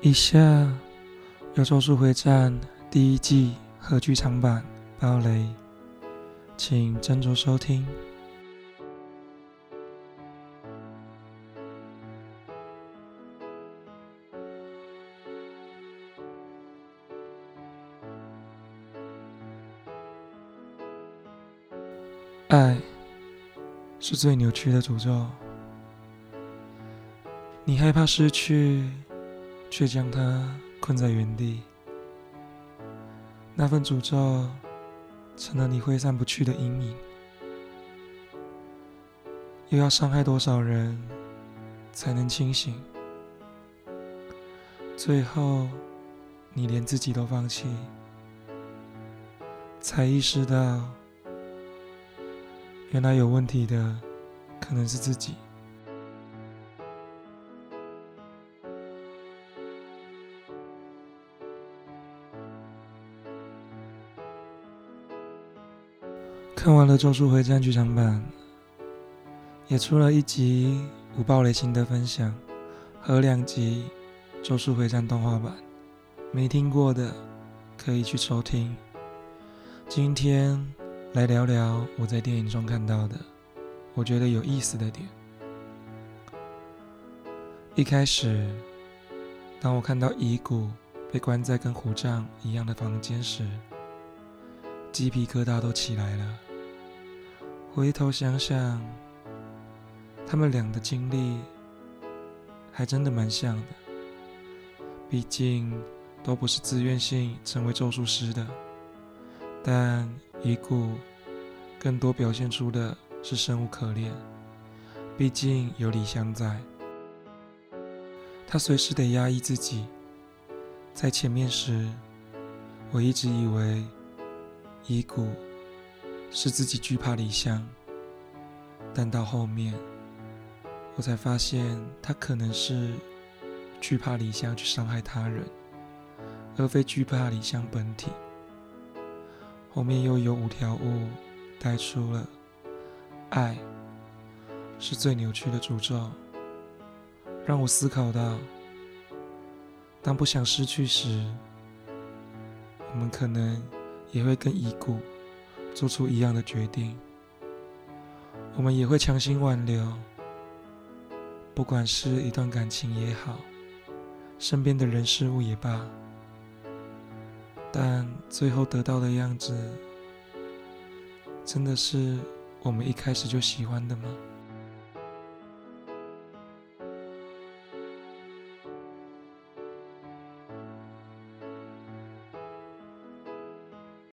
以下由《咒术回战》第一季和剧场版爆雷，请斟酌收听。爱是最扭曲的诅咒，你害怕失去，却将它困在原地。那份诅咒成了你挥散不去的阴影。又要伤害多少人才能清醒？最后，你连自己都放弃，才意识到，原来有问题的可能是自己。看完了《咒术回战》剧场版，也出了一集无爆雷心得分享和2集《咒术回战》动画版，没听过的可以去收听。今天来聊聊我在电影中看到的我觉得有意思的点。一开始，当我看到乙骨被关在跟虎杖一样的房间时，鸡皮疙瘩都起来了。回头想想，他们俩的经历还真的蛮像的，毕竟都不是自愿性成为咒术师的，但乙骨更多表现出的是生无可恋，毕竟有李香在，他随时得压抑自己。在前面时，我一直以为乙骨是自己惧怕李香，但到后面我才发现他可能是惧怕李香去伤害他人，而非惧怕李香本体。后面又有5条悟带出了爱是最扭曲的诅咒，让我思考到，当不想失去时，我们可能也会跟乙骨做出一样的决定，我们也会强行挽留，不管是一段感情也好，身边的人事物也罢，但最后得到的样子，真的是我们一开始就喜欢的吗？